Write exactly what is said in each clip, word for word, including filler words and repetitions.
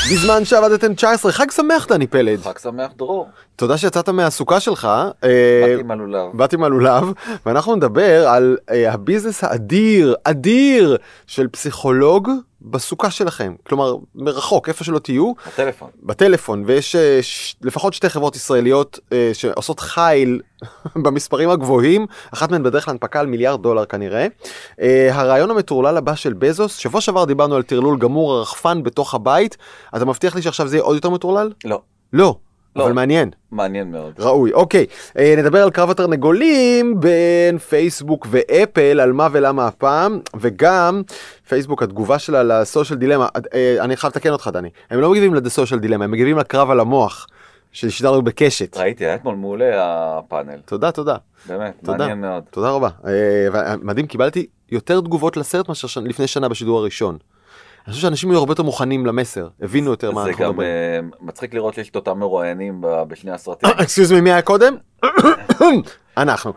בזמן שעבדתם תשע עשרה, חג שמח דני פלד. חג שמח דרור. תודה שיצאת מהסוכה שלך. באתי עם הלולב. באתי עם הלולב, ואנחנו נדבר על הביזנס האדיר, אדיר, של פסיכולוג בסוכה שלכם. כלומר, מרחוק, איפה שלא תהיו. בטלפון. בטלפון, ויש ש... לפחות שתי חברות ישראליות שעושות חיל במספרים הגבוהים, אחת מהן בדרך להנפקה על מיליארד דולר כנראה. הרעיון המטורלל הבא של בזוס, שבוע שעבר דיברנו על טרלול גמור, הרחפן בתוך הבית, אתה מבטיח לי שעכשיו זה יהיה עוד יותר מטורלל? לא. לא. לא. אבל מעניין. מעניין מאוד. ראוי, אוקיי. אה, נדבר על קרב התרנגולים בין פייסבוק ואפל, על מה ולמה הפעם, וגם פייסבוק, התגובה שלה לסושיאל דילמה, אה, אני חייב לתקן אותך דני, הם לא מגיבים לסושיאל דילמה, הם מגיבים לקרב על המוח, ששידרנו בקשת. ראיתי, היה אתמול מעולה הפאנל. תודה, תודה. באמת, תודה. מעניין מאוד. תודה רבה. אה, מדהים, קיבלתי יותר תגובות לסרט מאשר ש... לפני שנה בשידור הראשון. אני חושב שאנשים היו הרבה יותר מוכנים למסר, הבינו יותר מה אנחנו מדברים. זה גם מצחיק לראות שיש את אותם מרואיינים בשני הסרטים. אקסקיוז מי, מי היה קודם? אנחנו.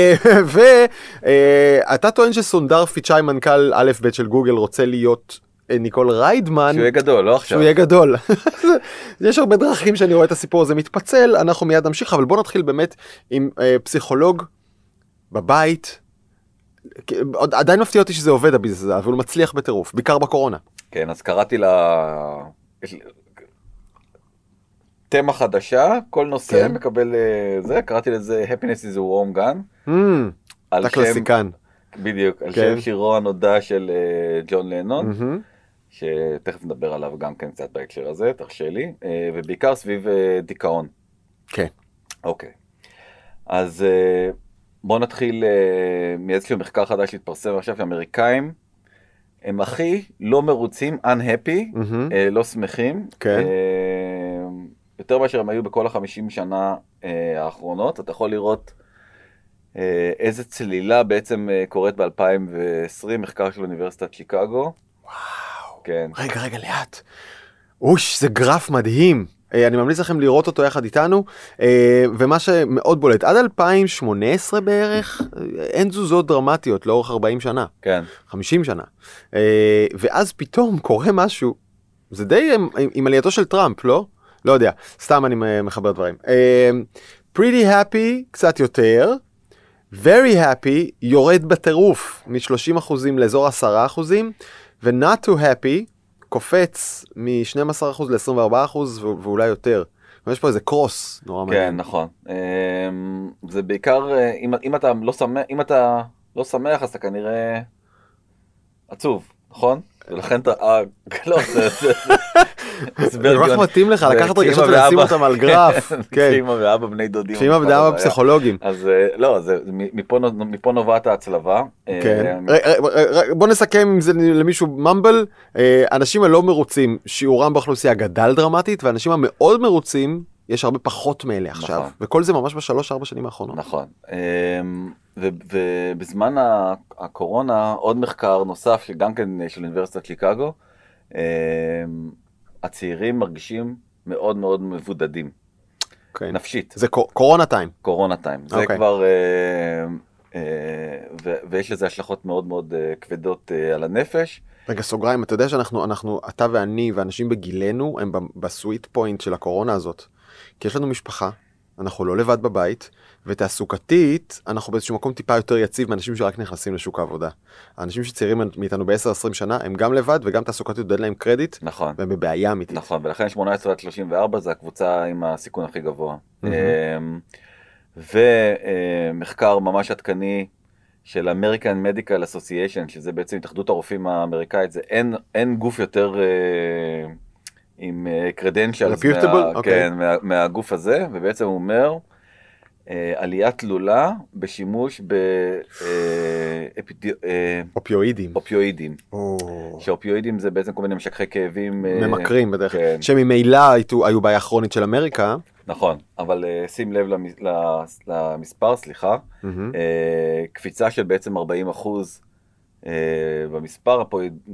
ואתה טוען שסונדר פיצ'אי, מנכ"ל א' ב' של גוגל, רוצה להיות ניקול ריידמן. שהוא יהיה גדול, לא עכשיו. שהוא יהיה גדול. יש הרבה דרכים שאני רואה את הסיפור הזה מתפצל, אנחנו מיד נמשיך, אבל בוא נתחיל באמת עם פסיכולוג בבית. עדיין מפתיע אותי שזה עובד הביזנס הזה, אבל הוא מצליח בטירוף, בעיקר בקורונה. כן, אז קראתי לה... תמה חדשה, כל נושא כן. מקבל זה, קראתי לזה Happiness is a warm gun. Mm, אתה קלאסיקן. בדיוק, על כן. שם שירו הנודע של uh, ג'ון לנון, Mm-hmm. שתכף נדבר עליו גם כן קצת בהקשר הזה, תרשה לי, uh, ובעיקר סביב uh, דיכאון. כן. אוקיי. אז uh, בואו נתחיל uh, מאיזשהו מחקר חדש שהתפרסם עכשיו, שאמריקאים הם הכי לא מרוצים, unhappy, Mm-hmm. uh, לא שמחים. כן. Uh, יותר מאשר הם היו בכל החמישים שנה uh, האחרונות. אתה יכול לראות uh, איזה צלילה בעצם uh, קורית ב-אלפיים ועשרים, מחקר של אוניברסיטת שיקגו. וואו. כן. רגע, רגע, לאט. אוש, זה גרף מדהים. אני ממליץ לכם לראות אותו יחד איתנו, ומה שמאוד בולט, עד אלפיים שמונה עשרה בערך, אין תזוזות דרמטיות לאורך ארבעים שנה, כן. חמישים שנה, ואז פתאום קורה משהו, זה די עם, עם עלייתו של טראמפ, לא? לא יודע, סתם אני מחבר דברים. Pretty happy, קצת יותר, very happy, יורד בטירוף, מ-שלושים אחוזים לאזור עשרה אחוזים, ו-not too happy, קופץ מ-שנים עשר אחוז ל-עשרים וארבעה אחוז ואולי יותר. יש פה איזה קרוס נורא מעניין. כן, נכון. זה בעיקר, אם, אם אתה לא שמח, אם אתה לא שמח, אז אתה כנראה עצוב, נכון? ולכן אתה, לא, זה, זה, זה רק מתאים לך, לקחת רגשות ולשים אותם על גרף. כשאמא ואבא בני דודים. כשאמא ואבא פסיכולוגים. אז לא, מפה נובעת ההצלבה. בוא נסכם אם זה למישהו ממבל, אנשים הלא מרוצים, שיעורם באוכלוסייה גדל דרמטית, ואנשים המאוד מרוצים, יש הרבה פחות מאלה עכשיו. וכל זה ממש בשלוש ארבע שנים האחרונות. נכון. ובזמן הקורונה, עוד מחקר נוסף, שגם כן של אוניברסיטת שיקגו, הצעירים מרגישים מאוד מאוד מבודדים. נפשית. זה קורונה טיים. קורונה טיים. זה כבר, ויש לזה השלכות מאוד מאוד כבדות על הנפש. רגע, סוגריים, אתה יודע שאנחנו, אתה ואני ואנשים בגילנו, הם בסוויט פוינט של הקורונה הזאת. כי יש לנו משפחה, אנחנו לא לבד בבית, ותעסוקתית, אנחנו באיזשהו מקום טיפה יותר יציב מאנשים שרק נכנסים לשוק העבודה. האנשים שצעירים מאיתנו ב-עשר עשרים שנה, הם גם לבד וגם תעסוקתית יודעת להם קרדיט, נכון. והם בבעיה אמיתית. נכון, ולכן שמונה עשרה עד שלושים וארבע זה הקבוצה עם הסיכון הכי גבוה. ומחקר ממש עדכני של American Medical Association, שזה בעצם התאחדות הרופאים האמריקאית, זה אין, אין גוף יותר עם credentials מה, כן, מה, מהגוף הזה, ובעצם הוא אומר, עלייה תלולה בשימוש באופיואידים. אופיואידים. שאופיואידים זה בעצם כל מיני משככי כאבים. ממכרים בדרך כלל. שממילא היו בעיה כרונית של אמריקה. נכון, אבל שים לב למספר, סליחה. קפיצה של בעצם ארבעים אחוז במספר.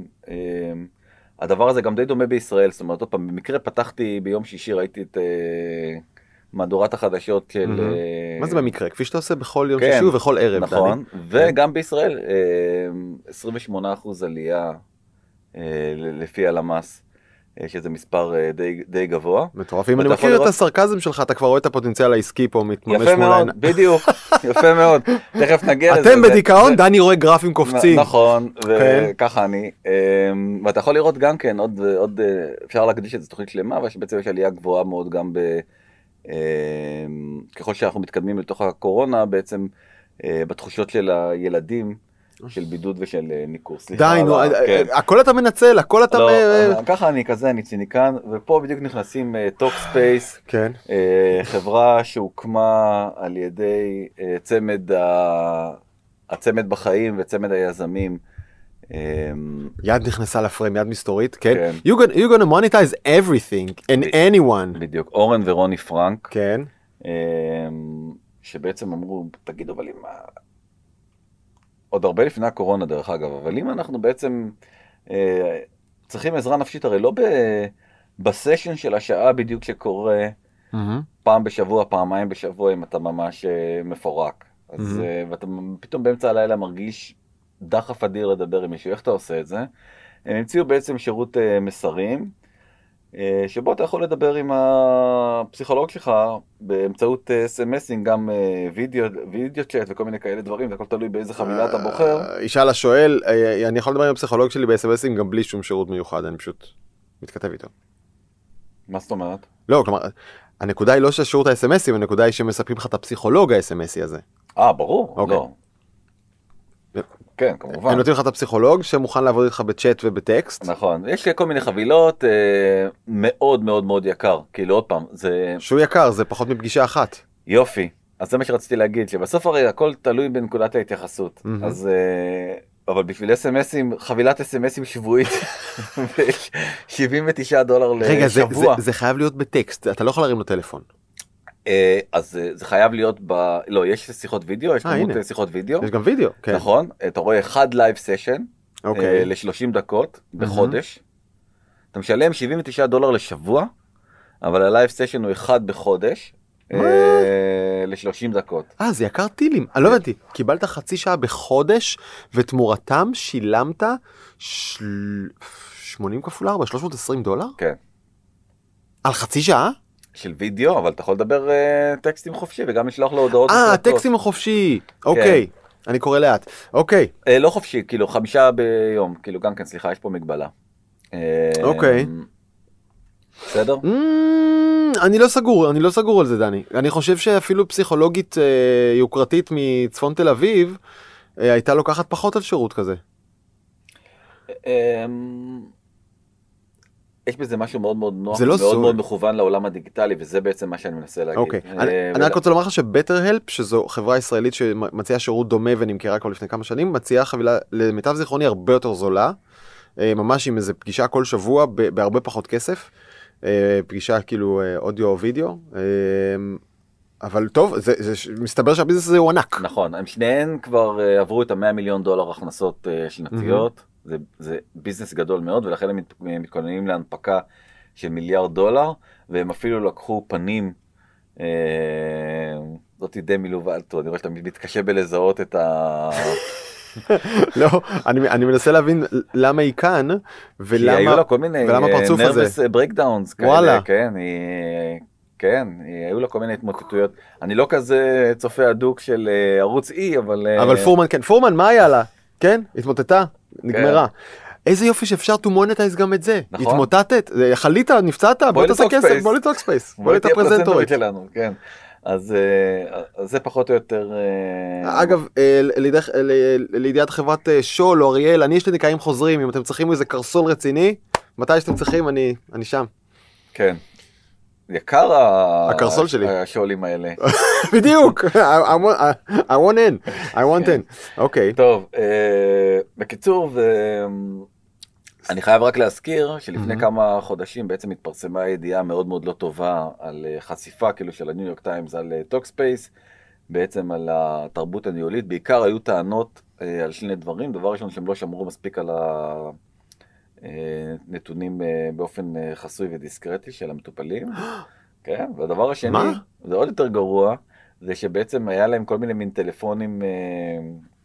הדבר הזה גם די דומה בישראל. זאת אומרת, במקרה פתחתי ביום שישי, ראיתי את מהדורת החדשות של... מה זה במקרה? כפי שאתה עושה בכל יום שישי ובכל ערב. נכון, וגם בישראל עשרים ושמונה אחוז עלייה לפי הלמ"ס שזה מספר די, די גבוה. מטורף, אם אני מכיר לראות... את הסרקזם שלך, אתה כבר רואה את הפוטנציאל העסקי פה מתממש יפה מאוד, העין. בדיוק, יפה מאוד. תכף נגיע לזה. אתם בדיכאון, זה... דני רואה גרפים קופצים. נכון, וככה אני. ואתה יכול לראות גם כן, עוד, עוד אפשר להקדיש את זה תוכנית שלמה, אבל שבעצם יש עלייה גבוהה מאוד גם ב... ככל שאנחנו מתקדמים לתוך הקורונה, בעצם בתחושות של הילדים, של בידוד ושל ניכור. די, נו, הכל אתה מנצל, הכל אתה... ככה אני כזה, אני ציניקן, ופה בדיוק נכנסים טוקספייס, חברה שהוקמה על ידי צמד הצמד בחיים וצמד היזמים. יד נכנסה לפריים, יד מסתורית, כן? You're gonna monetize everything and anyone. בדיוק, אורן ורוני פרנק. כן. שבעצם אמרו, תגידו, אבל אם... עוד הרבה לפני הקורונה דרך אגב, אבל אם אנחנו בעצם אה, צריכים עזרה נפשית, הרי לא ב, בסשן של השעה בדיוק שקורה mm-hmm. פעם בשבוע, פעמיים בשבוע, אם אתה ממש אה, מפורק. אז, mm-hmm. אה, ואתה פתאום באמצע הלילה מרגיש דחף אדיר לדבר עם מישהו, איך אתה עושה את זה? הם המציאו בעצם שירות אה, מסרים, שבו אתה יכול לדבר עם הפסיכולוג שלך באמצעות אס-אם-אסים, גם וידאו, וידאו צ'אט וכל מיני כאלה דברים, זה הכל תלוי באיזה חבילה אתה בוחר. ישאל השואל, אני יכול לדבר עם הפסיכולוג שלי ב-אס-אם-אסים גם בלי שום שירות מיוחד, אני פשוט מתכתב איתו. מה זאת אומרת? לא, כלומר, הנקודה היא לא שהשירות ה-אס-אם-אסים, הנקודה היא שמספרים לך את הפסיכולוג ה-אס-אם-אסי הזה. אה, ברור, לא. כן, כמובן. הם נותנים לך את הפסיכולוג שמוכן לעבוד איתך בצ'אט ובטקסט. נכון, יש כל מיני חבילות אה, מאוד מאוד מאוד יקר, כאילו עוד פעם, זה... שהוא יקר, זה פחות מפגישה אחת. יופי, אז זה מה שרציתי להגיד, שבסוף הרי הכל תלוי בנקודת ההתייחסות, mm-hmm. אז... אה, אבל בשביל אס-אם-אסים, חבילת אס-אם-אסים שבועית, שבעים ותשעה דולר לשבוע. רגע, זה, זה, זה חייב להיות בטקסט, אתה לא יכול להרים לו טלפון. אז זה חייב להיות ב... לא, יש שיחות וידאו, יש כמות שיחות וידאו. יש גם וידאו, כן. נכון, אתה רואה אחד לייב סשן, ל-שלושים דקות בחודש. אתה משלם שבעים ותשעה דולר לשבוע, אבל הלייב סשן הוא אחד בחודש, ל-שלושים דקות. אה, זה יקר טילים. אני לא הבנתי, קיבלת חצי שעה בחודש, ותמורתם שילמת שמונים כפול ארבע, שלוש מאות ועשרים דולר? כן. על חצי שעה? של וידאו, אבל אתה יכול לדבר uh, טקסטים חופשי, וגם לשלוח לו הודעות. אה, טקסטים חופשי, אוקיי. כן. אני קורא לאט, אוקיי. Uh, לא חופשי, כאילו חמישה ביום, כאילו גם כן, סליחה, יש פה מגבלה. אוקיי. בסדר? Mm, אני לא סגור, אני לא סגור על זה, דני. אני חושב שאפילו פסיכולוגית uh, יוקרתית מצפון תל אביב, uh, הייתה לוקחת פחות על שירות כזה. יש בזה משהו מאוד מאוד נוח, מאוד סול. מאוד מכוון לעולם הדיגיטלי, וזה בעצם מה שאני מנסה להגיד. אוקיי, אני, ו... אני רק רוצה לומר לך שבטר-הלפ, שזו חברה ישראלית שמציעה שירות דומה ונמכרה כבר לפני כמה שנים, מציעה חבילה, למיטב זיכרוני, הרבה יותר זולה, ממש עם איזו פגישה כל שבוע, בהרבה פחות כסף, פגישה כאילו אודיו או וידאו, אבל טוב, זה, זה, מסתבר שהביזנס הזה הוא ענק. נכון, הם שניהם כבר עברו את ה-מאה מיליון דולר הכנסות שנתיות, זה, זה ביזנס גדול מאוד, ולכן הם מתכוננים להנפקה של מיליארד דולר, והם אפילו לקחו פנים, אה, זאת די מלובלטו, אני רואה שאתה מתקשה בלזהות את ה... לא, אני, אני מנסה להבין למה היא כאן, ולמה, היו לה כל מיני ולמה הפרצוף הזה. נרבס ברייקדאונס כאלה, כן, היא... כן, היו לה כל מיני התמוטטויות. אני לא כזה צופה הדוק של ערוץ אי, אבל... אבל פורמן, כן. פורמן, מה היה לה? כן? התמוטטה? נגמרה. איזה יופי שאפשר to monetize גם את זה. התמוטטת, חלית, נפצעת, בוא תעשה כסף, בוא לטוק ספייס. בוא להיות הפרזנטורית. כן. אז זה פחות או יותר... אגב, לידיעת חברת שול או אריאל, אני יש לי נקעים חוזרים, אם אתם צריכים איזה קרסול רציני, מתי שאתם צריכים, אני שם. כן. יקר הקרסול שלי. השולים האלה. בדיוק. I want in. I want in. אוקיי. טוב, בקיצור, אני חייב רק להזכיר שלפני כמה חודשים בעצם התפרסמה ידיעה מאוד מאוד לא טובה על חשיפה כאילו של הניו יורק טיימס על טוקספייס, בעצם על התרבות הניהולית. בעיקר היו טענות על שני דברים. דבר ראשון, שהם לא שמרו מספיק על ה... נתונים באופן חסוי ודיסקרטי של המטופלים. כן, והדבר השני, מה? זה עוד יותר גרוע, זה שבעצם היה להם כל מיני מין טלפונים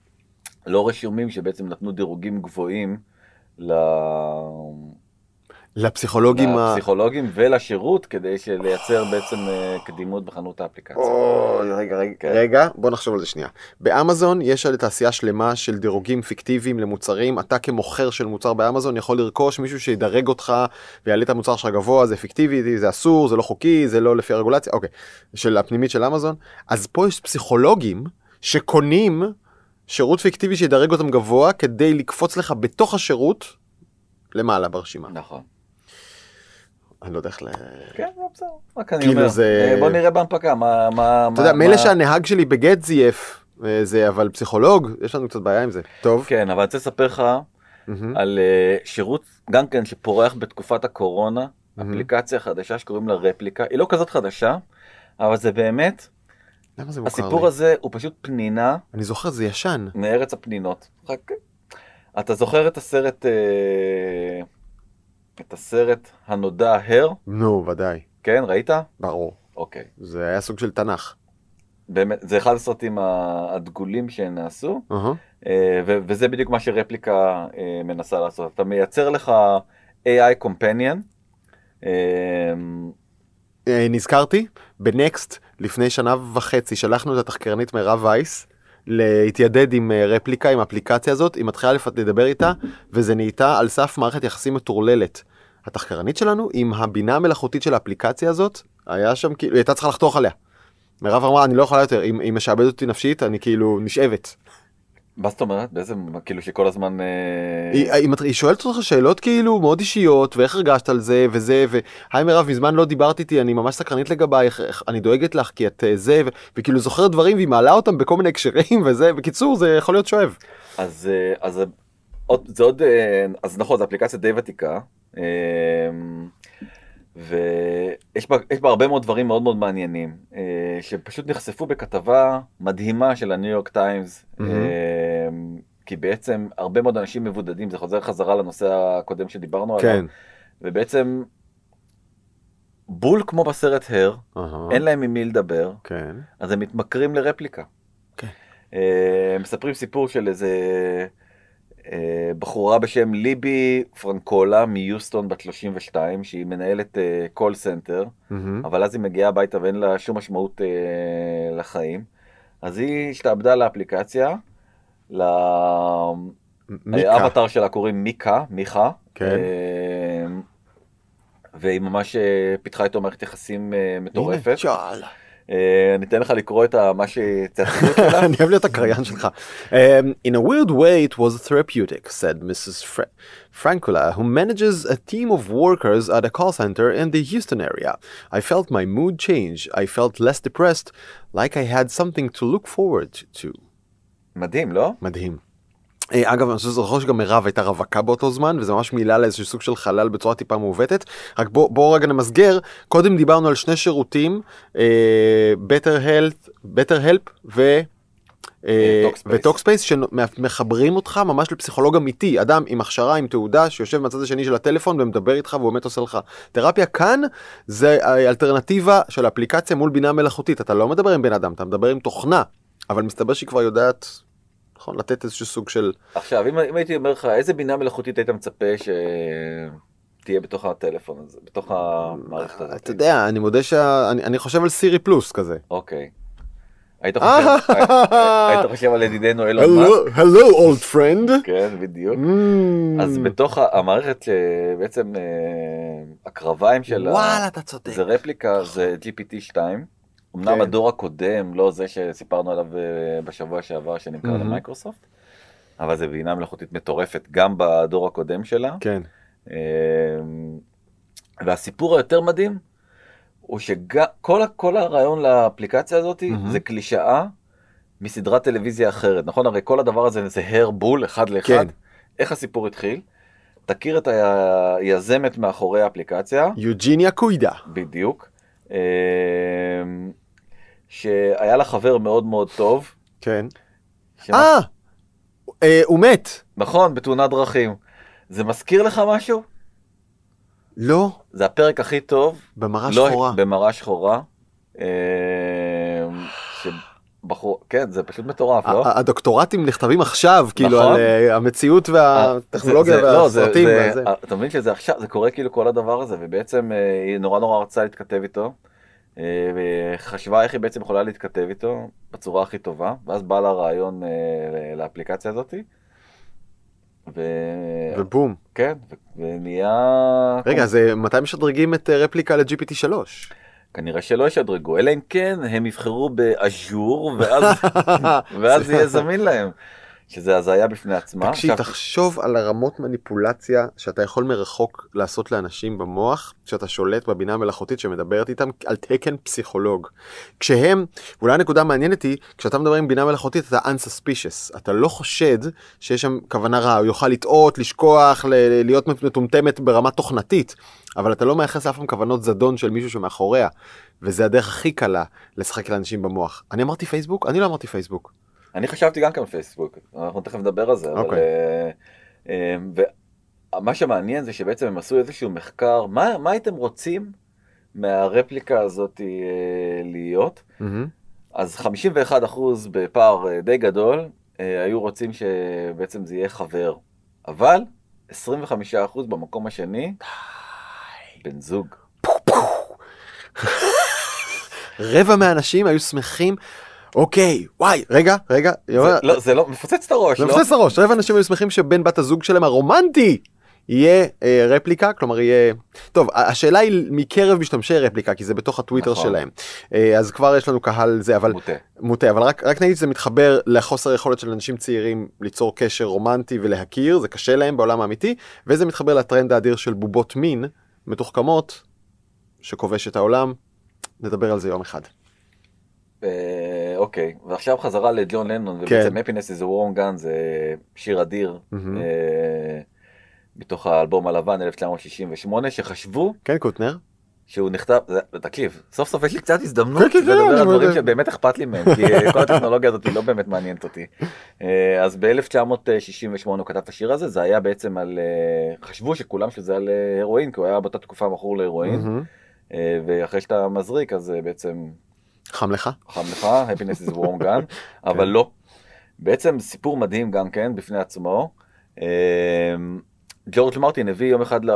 לא רשומים, שבעצם נתנו דירוגים גבוהים ל... לפסיכולוגים, לפסיכולוגים ולשירות, כדי לייצר בעצם קדימות בחנות האפליקציה. אוי, רגע, רגע, רגע, בוא נחשוב על זה שנייה. באמזון יש תעשייה שלמה של דירוגים פיקטיביים למוצרים. אתה כמוכר של מוצר באמזון יכול לרכוש מישהו שידרג אותך ויעלה את המוצר שלך גבוה, זה פיקטיבי, זה אסור, זה לא חוקי, זה לא לפי הרגולציה, אוקיי, של הפנימית של אמזון. אז פה יש פסיכולוגים שקונים שירות פיקטיבי שידרג אותם גבוה כדי לקפוץ לך בתוך השירות למעלה ברשימה. נכון. אני לא יודע איך ל... כן, זה בסדר. רק אני אומר, בוא נראה בהנפקה, מה... אתה יודע, מילא שהנהג שלי בגט זייף, זה, אבל פסיכולוג, יש לנו קצת בעיה עם זה. טוב. כן, אבל אני רוצה לספר לך על שירות, גם כן, שפורח בתקופת הקורונה, אפליקציה חדשה שקוראים לה רפליקה, היא לא כזאת חדשה, אבל זה באמת, הסיפור הזה הוא פשוט פנינה. אני זוכר, זה ישן. מארץ הפנינות. אתה זוכר את הסרט... את הסרט הנודע הר? נו, ודאי. כן, ראית? ברור. אוקיי. זה היה סוג של תנ"ך. באמת, זה אחד הסרטים הדגולים שנעשו, וזה בדיוק מה שרפליקה מנסה לעשות. אתה מייצר לך איי איי Companion. נזכרתי, בנקסט, לפני שנה וחצי, שלחנו את התחקרנית מירב וייס, להתיידד עם רפליקה, עם האפליקציה הזאת, היא מתחילה לדבר איתה, וזה נהייתה על סף מערכת יחסים מטורללת. התחקרנית שלנו, עם הבינה המלאכותית של האפליקציה הזאת, היה שם כאילו, היא הייתה צריכה לחתוך עליה. מירב אמרה, אני לא יכולה יותר, היא משעבדת אותי נפשית, אני כאילו נשאבת. מה זאת אומרת? באיזה, כאילו שכל הזמן... היא, היא, היא שואלת אותך שאלות כאילו מאוד אישיות, ואיך הרגשת על זה וזה, והי מירב, מזמן לא דיברת איתי, אני ממש סקרנית לגבייך, אני דואגת לך כי את זה, ו, וכאילו זוכרת דברים, והיא מעלה אותם בכל מיני הקשרים, וזה, בקיצור, זה יכול להיות שואב. אז, אז עוד, זה עוד, אז נכון, זו אפליקציה די ותיקה, ויש בה, יש בה הרבה מאוד דברים מאוד מאוד מעניינים, שפשוט נחשפו בכתבה מדהימה של הניו יורק טיימס, mm-hmm. כי בעצם הרבה מאוד אנשים מבודדים, זה חוזר חזרה לנושא הקודם שדיברנו כן. עליו, ובעצם בול כמו בסרט הר, uh-huh. אין להם עם מי לדבר, כן. אז הם מתמכרים לרפליקה. כן. הם מספרים סיפור של איזה... בחורה בשם ליבי פרנקולה מיוסטון בת שלושים ושתיים, שהיא מנהלת קול סנטר, mm-hmm. אבל אז היא מגיעה הביתה ואין לה שום משמעות uh, לחיים. אז היא השתעבדה לאפליקציה, לאבטר שלה קוראים מיקה, מיכה, כן. uh, והיא ממש uh, פיתחה איתו מערכת יחסים uh, מטורפת. הנה, שאל. אני אתן לך לקרוא את מה שצריך שלה. אני אוהב להיות הקריין שלך. In a weird way it was therapeutic, said Missus Francola, who manages a team of workers at a call center in the Houston area. I felt my mood change. I felt less depressed, like I had something to look forward to. מדהים, לא? מדהים. אגב, אני חושב שזוכר שגם מירב הייתה רווקה באותו זמן, וזה ממש מילה לאיזשהו סוג של חלל בצורה טיפה מעוותת. רק בוא, בוא רגע נמסגר, קודם דיברנו על שני שירותים, Better Health, Better Help ו... וטוקספייס, שמחברים אותך ממש לפסיכולוג אמיתי, אדם עם הכשרה, עם תעודה, שיושב מהצד השני של הטלפון ומדבר איתך והוא באמת עושה לך תרפיה. כאן זה האלטרנטיבה של האפליקציה מול בינה מלאכותית, אתה לא מדבר עם בן אדם, אתה מדבר עם תוכנה, אבל מסתבר שהיא כבר יודעת... נכון, לתת איזשהו סוג של... עכשיו, אם, אם הייתי אומר לך, איזה בינה מלאכותית היית מצפה שתהיה בתוך הטלפון הזה, בתוך המערכת הזאת? אתה יודע, אני מודה שאני אני חושב על סירי פלוס כזה. אוקיי. היית חושב, היית חושב על ידידנו אילון מאסק? Hello, old friend. כן, בדיוק. אז בתוך המערכת שבעצם הקרביים שלה... וואלה, אתה צודק. זה רפליקה, זה ג'י פי טי שתיים. אמנם הדור הקודם, לא זה שסיפרנו עליו בשבוע שעבר שנמכר למייקרוסופט, אבל זה בינה מלאכותית מטורפת גם בדור הקודם שלה. כן. והסיפור היותר מדהים, הוא שכל הרעיון לאפליקציה הזאת זה קלישאה מסדרת טלוויזיה אחרת. נכון? הרי כל הדבר הזה זה הר בול, אחד לאחד. איך הסיפור התחיל? תכיר את היזמת מאחורי האפליקציה. יוג'יניה קוידה. בדיוק. שהיה לה חבר מאוד מאוד טוב. כן. אה, הוא מת. נכון, בתאונת דרכים. זה מזכיר לך משהו? לא. זה הפרק הכי טוב. במראה שחורה. במראה שחורה. בחור, כן, זה פשוט מטורף, לא? הדוקטורטים נכתבים עכשיו, כאילו, על המציאות והטכנולוגיה והסרטים. אתה מבין שזה עכשיו, זה קורה כאילו כל הדבר הזה, ובעצם היא נורא נורא רצה להתכתב איתו, וחשבה איך היא בעצם יכולה להתכתב איתו בצורה הכי טובה, ואז בא לה רעיון לאפליקציה הזאת, ובום. כן, ונהיה... רגע, אז מתי משדרגים את רפליקה ל-ג'י פי טי שלוש? כנראה שלא ישדרגו, אלא אם כן הם יבחרו באז'ור, ואז, ואז יהיה זמין להם, שזה הזיה בפני עצמה. תקשיב, עכשיו... תחשוב על הרמות מניפולציה שאתה יכול מרחוק לעשות לאנשים במוח, שאתה שולט בבינה המלאכותית שמדברת איתם על תקן פסיכולוג. כשהם, ואולי הנקודה מעניינת היא, כשאתה מדבר עם בינה מלאכותית אתה unsuspicious, אתה לא חושד שיש שם כוונה רעה, הוא יוכל לטעות, לשכוח, להיות מטומטמת ברמה תוכנתית, אבל אתה לא מייחס לאף פעם כוונות זדון של מישהו שמאחוריה, וזה הדרך הכי קלה לשחק לאנשים במוח. אני אמרתי פייסבוק? אני לא אמרתי פייסבוק. אני חשבתי גם כאן פייסבוק, אנחנו תכף נדבר על זה, אבל... ומה שמעניין זה שבעצם הם עשו איזשהו מחקר, מה, מה הייתם רוצים מהרפליקה הזאת להיות? אז חמישים ואחד אחוז בפער די גדול, היו רוצים שבעצם זה יהיה חבר, אבל עשרים וחמישה אחוז במקום השני, בן זוג. רבע מהאנשים היו שמחים, אוקיי, וואי, רגע, רגע. לא, זה לא, מפוצץ את הראש, לא? מפוצץ את הראש, רבע אנשים היו שמחים שבן בת הזוג שלהם הרומנטי יהיה אה, רפליקה, כלומר יהיה... טוב, השאלה היא מקרב משתמשי רפליקה, כי זה בתוך הטוויטר נכון. שלהם. אה, אז כבר יש לנו קהל זה, אבל... מוטה. מוטה, אבל רק, רק נגיד שזה מתחבר לחוסר יכולת של אנשים צעירים ליצור קשר רומנטי ולהכיר, זה קשה להם בעולם האמיתי, וזה מתחבר לטרנד האדיר של בובות מין, מתוחכמות, שכובש את העולם. נדבר על זה יום אחד. אוקיי, ועכשיו חזרה לג'ון לנון, ובעצם Happiness is a Warm Gun זה שיר אדיר, בתוך האלבום הלבן אלף תשע מאות שישים ושמונה, שחשבו, כן, קוטנר, שהוא נכתב, תקשיב, סוף סוף יש לי קצת הזדמנות לדבר על דברים שבאמת אכפת לי מהם, כי כל הטכנולוגיה הזאת לא באמת מעניינת אותי. אז ב-אלף תשע מאות שישים ושמונה הוא כתב את השיר הזה, זה היה בעצם על, חשבו שכולם שזה על הרואין, כי הוא היה באותה תקופה מכור להרואין, ואחרי שאתה מזריק אז בעצם... חם לך? חם לך, Happiness is a Warm Gun, אבל לא. בעצם סיפור מדהים גם כן, בפני עצמו. ג'ורג' מרטין הביא יום אחד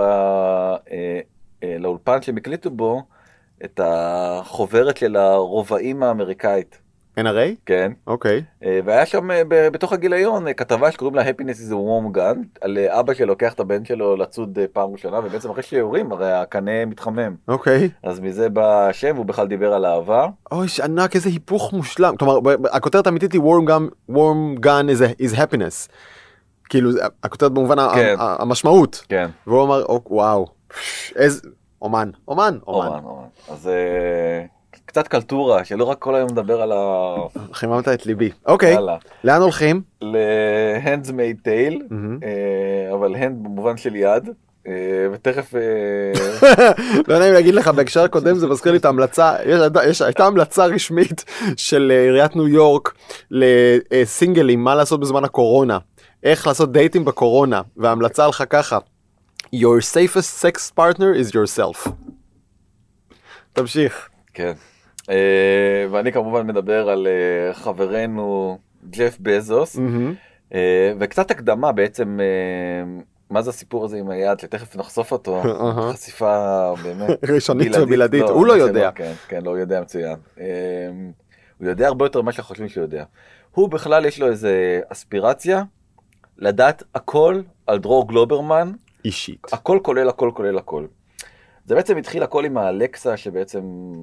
לאולפן שהם הקליטו בו, את החוברת של הרובעים האמריקאית. אן אר איי? כן. אוקיי. והיה שם בתוך הגיליון כתבה שקוראים לה Happiness is a Warm Gun, על אבא שלוקח את הבן שלו לצוד פעם ראשונה, ובעצם אחרי שיורים, הרי הקנה מתחמם. אוקיי. אז מזה בא השם, הוא בכלל דיבר על אהבה. אוי, שענק, איזה היפוך מושלם. כלומר, הכותרת האמיתית היא Warm Gun, Warm Gun is, a, is happiness. כאילו, הכותרת במובן כן. המשמעות. כן. והוא אמר, וואו, איזה, אומן, אומן, אומן. אומן, אומן. אז... קצת קלטורה, שלא רק כל היום מדבר על ה... חיממת את ליבי. אוקיי, לאן הולכים? ל-Hand's Made Tale, אבל hand במובן של יד, ותכף... לא נעים להגיד לך, בהקשר הקודם זה מזכיר לי את ההמלצה, הייתה המלצה רשמית של עיריית ניו יורק לסינגלים, מה לעשות בזמן הקורונה, איך לעשות דייטים בקורונה, וההמלצה הלכה ככה, Your safest sex partner is yourself. תמשיך. כן, ואני כמובן מדבר על חברנו ג'ף בזוס, וקצת הקדמה בעצם, מה זה הסיפור הזה עם היד, שתכף נחשוף אותו, חשיפה באמת ראשונית ובלעדית, הוא לא יודע. כן, כן, לא, הוא יודע מצוין. הוא יודע הרבה יותר ממה שאנחנו חושבים שהוא יודע. הוא בכלל יש לו איזה אספירציה, לדעת הכל על דרור גלוברמן, אישית. הכל כולל הכל כולל הכל. זה בעצם התחיל הכל עם האלקסה שבעצם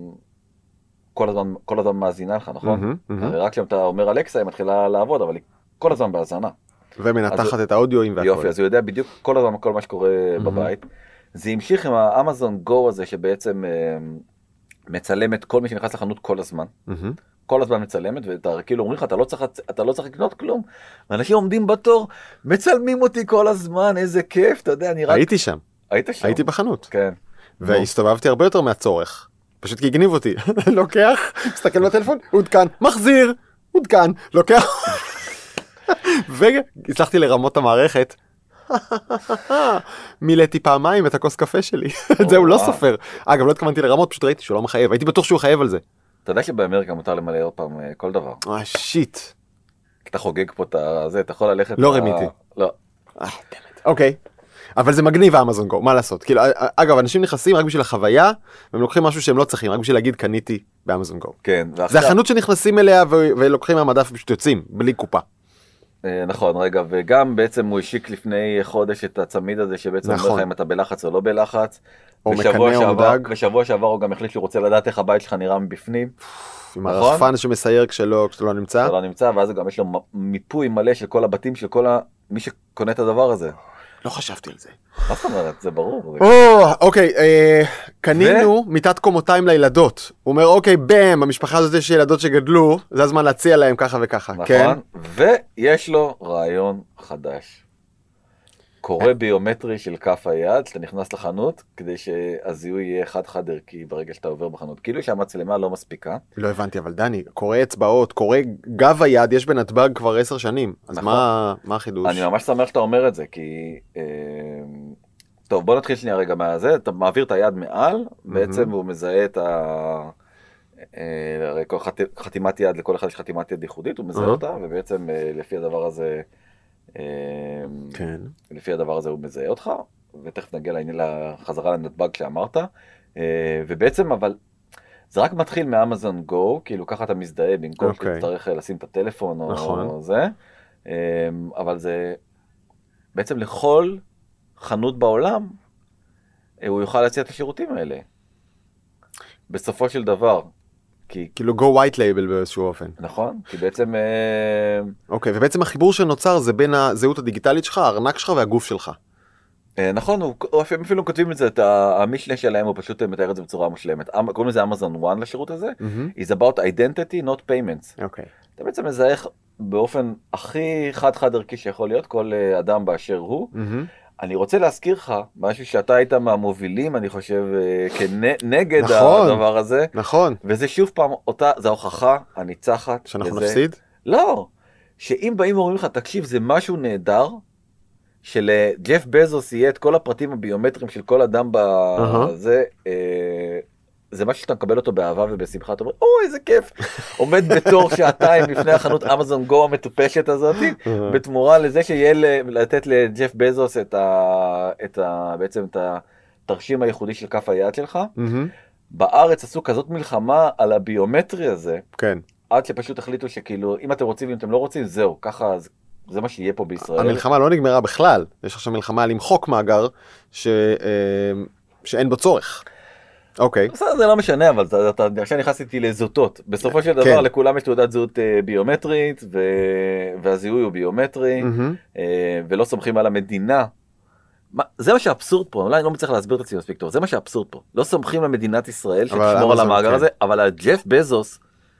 כל הזמן, כל הזמן מאזינה לך, נכון? Mm-hmm, mm-hmm. הרי רק כשאתה אומר אלקסה היא מתחילה לעבוד, אבל היא כל הזמן בהאזנה. ומנתחת את האודיואים והכל. יופי, אז הוא יודע בדיוק כל הזמן כל מה שקורה mm-hmm. בבית. זה המשיך עם האמזון גו הזה שבעצם אה, מצלמת כל מי שנכנס לחנות כל הזמן. Mm-hmm. כל הזמן מצלמת, ואתה כאילו אומרים לך, אתה לא צריך, אתה לא צריך לקנות כלום. ואנשים עומדים בתור, מצלמים אותי כל הזמן, איזה כיף, אתה יודע, אני רק... הייתי שם. היית שם? הייתי בחנות. כן. והסתובבתי הרבה יותר מהצורך. פשוט כי הגניב אותי. לוקח, מסתכל בטלפון, עודכן, מחזיר, עודכן, לוקח. והצלחתי לרמות המערכת. מילאתי פעמיים את הכוס קפה שלי. את זה הוא לא סופר. אגב, לא התכוונתי לרמות, פשוט ראיתי שהוא לא מחייב. הייתי בטוח שהוא חייב על זה. אתה יודע שבאמריקה מותר למלא עוד פעם כל דבר. אה, שיט. אתה חוגג פה את זה, אתה יכול ללכת... לא רמיתי. לא. אוקיי. אבל זה מגניב האמזון גו, מה לעשות? כאילו, אגב, אנשים נכנסים רק בשביל החוויה, והם לוקחים משהו שהם לא צריכים, רק בשביל להגיד קניתי באמזון גו. כן. זה החנות שנכנסים אליה ולוקחים מהמדף ופשוט יוצאים, בלי קופה. נכון, רגע, וגם בעצם הוא השיק לפני חודש את הצמיד הזה, שבעצם אומר לך אם אתה בלחץ או לא בלחץ. או מקנה או מודאג. ושבוע שעבר הוא גם החליט שהוא רוצה לדעת איך הבית שלך נראה מבפנים. עם הרחפן שמסייר כשלא לא נמצא. כשלא נמצא, ואז גם יש לו מיפוי מלא של כל הבתים של כל מי שקונה את הדבר הזה. לא חשבתי על זה. מה זאת אומרת? זה ברור. אוקיי, קנינו מיטת קומותיים לילדות. הוא אומר, אוקיי, בם, במשפחה הזאת יש ילדות שגדלו, זה הזמן להציע להם ככה וככה. נכון, ויש לו רעיון חדש. קורא ביומטרי של כף היד, שאתה נכנס לחנות, כדי שהזיהוי יהיה חד-חד ערכי ברגע שאתה עובר בחנות. כאילו שהמצלמה לא מספיקה. לא הבנתי, אבל דני, קורא אצבעות, קורא גב היד, יש בנתב"ג כבר עשר שנים. אז מה החידוש? אני ממש שמח שאתה אומר את זה, כי... טוב, בוא נתחיל שנייה רגע מהזה. אתה מעביר את היד מעל, בעצם הוא מזהה את ה... חתימת יד, לכל אחד יש חתימת יד ייחודית, הוא מזהה אותה, ובעצם לפי הדבר הזה... כן. לפי הדבר הזה הוא מזהה אותך, ותכף נגיע לחזרה לנתב"ג שאמרת, ובעצם אבל זה רק מתחיל מאמזון גו, כאילו ככה אתה מזדהה במקום שתצטרך לשים את הטלפון או זה, אבל זה בעצם לכל חנות בעולם הוא יוכל להציע את השירותים האלה. בסופו של דבר. כי... כאילו go white label באיזשהו אופן. נכון, כי בעצם... אוקיי, ובעצם החיבור שנוצר זה בין הזהות הדיגיטלית שלך, הארנק שלך והגוף שלך. נכון, הם אפילו כותבים את זה, המשנה שלהם הוא פשוט מתאר את זה בצורה מושלמת. קוראים לזה אמזון וואן לשירות הזה, is about identity, not payments. אוקיי. אתה בעצם מזהה באופן הכי חד-חד ערכי שיכול להיות, כל אדם באשר הוא. אני רוצה להזכיר לך משהו שאתה היית מהמובילים, אני חושב, כנגד נכון, הדבר הזה. נכון. וזה שוב פעם, אותה, זה ההוכחה הניצחת. שאנחנו וזה... נפסיד? לא. שאם באים ואומרים לך, תקשיב, זה משהו נהדר, שלג'ף בזוס יהיה את כל הפרטים הביומטריים של כל אדם בזה, uh-huh. אה, זה משהו שאתה מקבל אותו באהבה ובשמחה, אתה אומר, אוי, איזה כיף. עומד בתור שעתיים לפני החנות אמזון גו המטופשת הזאת, בתמורה לזה שיהיה לתת לג'ף בזוס את ה, את ה, בעצם את התרשים הייחודי של כף היד שלך. בארץ עשו כזאת מלחמה על הביומטרי הזה, כן. עד שפשוט החליטו שכאילו, אם אתם רוצים ואם אתם לא רוצים, זהו, ככה, זה מה שיהיה פה בישראל. המלחמה לא נגמרה בכלל, יש עכשיו מלחמה למחוק מאגר ש, שאין בו צורך. אוקיי. בסדר, זה לא משנה, אבל אתה עכשיו נכנסתי לזהותות. בסופו של דבר, לכולם יש תעודת זהות ביומטרית, והזיהוי הוא ביומטרי, ולא סומכים על המדינה. זה מה שהאבסורד פה, אולי אני לא מצליח להסביר את עצמי מספיק טוב, זה מה שהאבסורד פה. לא סומכים למדינת ישראל שתשמור על המאגר הזה, אבל על ג'ף בזוס,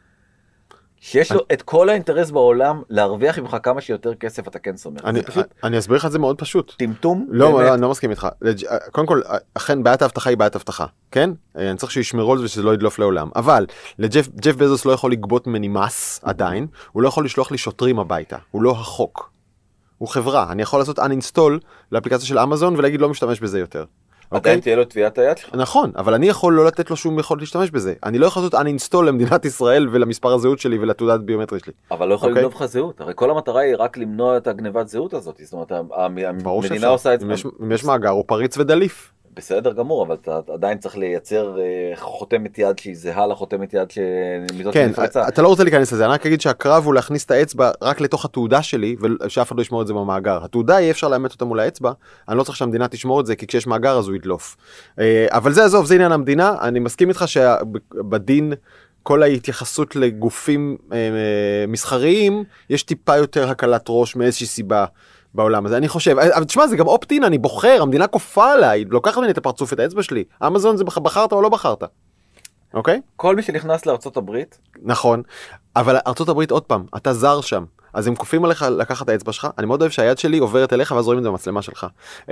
שיש לו את כל האינטרס בעולם להרוויח ממך כמה שיותר כסף, אתה כן סומך. אני אסביר לך את זה מאוד פשוט. טמטום? לא, אני לא מסכים איתך. קודם כל, אכן בעיית ההבטחה היא בעיית הבטחה, כן? אני צריך שישמרו על זה ושזה לא ידלוף לעולם. אבל לג'ף בזוס לא יכול לגבות ממני מס עדיין, הוא לא יכול לשלוח לי שוטרים הביתה, הוא לא החוק. הוא חברה, אני יכול לעשות uninstall לאפליקציה של אמזון ולהגיד לא משתמש בזה יותר. עדיין תהיה לו טביעת היד שלך. נכון, אבל אני יכול לא לתת לו שום יכולת להשתמש בזה. אני לא יכול לעשות uninstall למדינת ישראל ולמספר הזהות שלי ולתעודת ביומטרי שלי. אבל לא יכול לגנוב לך זהות. הרי כל המטרה היא רק למנוע את הגניבת זהות הזאת. זאת אומרת, המדינה עושה את זה. אם יש מאגר, הוא פריץ ודליף. בסדר גמור, אבל אתה עדיין צריך לייצר חותמת יד שהיא זהה לחותמת יד שמזאת כן, שנפרצה. אתה לא רוצה להיכנס לזה, אני רק אגיד שהקרב הוא להכניס את האצבע רק לתוך התעודה שלי, ושאף אחד לא ישמור את זה במאגר. התעודה יהיה אפשר לאמת אותה מול האצבע, אני לא צריך שהמדינה תשמור את זה, כי כשיש מאגר אז הוא ידלוף. אבל זה עזוב, זה עניין המדינה, אני מסכים איתך שבדין כל ההתייחסות לגופים מסחריים, יש טיפה יותר הקלת ראש מאיזושהי סיבה. בעולם הזה, אני חושב, אבל תשמע, זה גם אופטין, אני בוחר, המדינה כופה עליי, לוקחת ממני את הפרצוף, את האצבע שלי. אמזון זה בחרת או לא בחרת. אוקיי? כל מי שנכנס לארצות הברית. נכון, אבל ארצות הברית עוד פעם, אתה זר שם, אז הם כופים עליך לקחת את האצבע שלך, אני מאוד אוהב שהיד שלי עוברת אליך, ואז רואים את זה במצלמה שלך.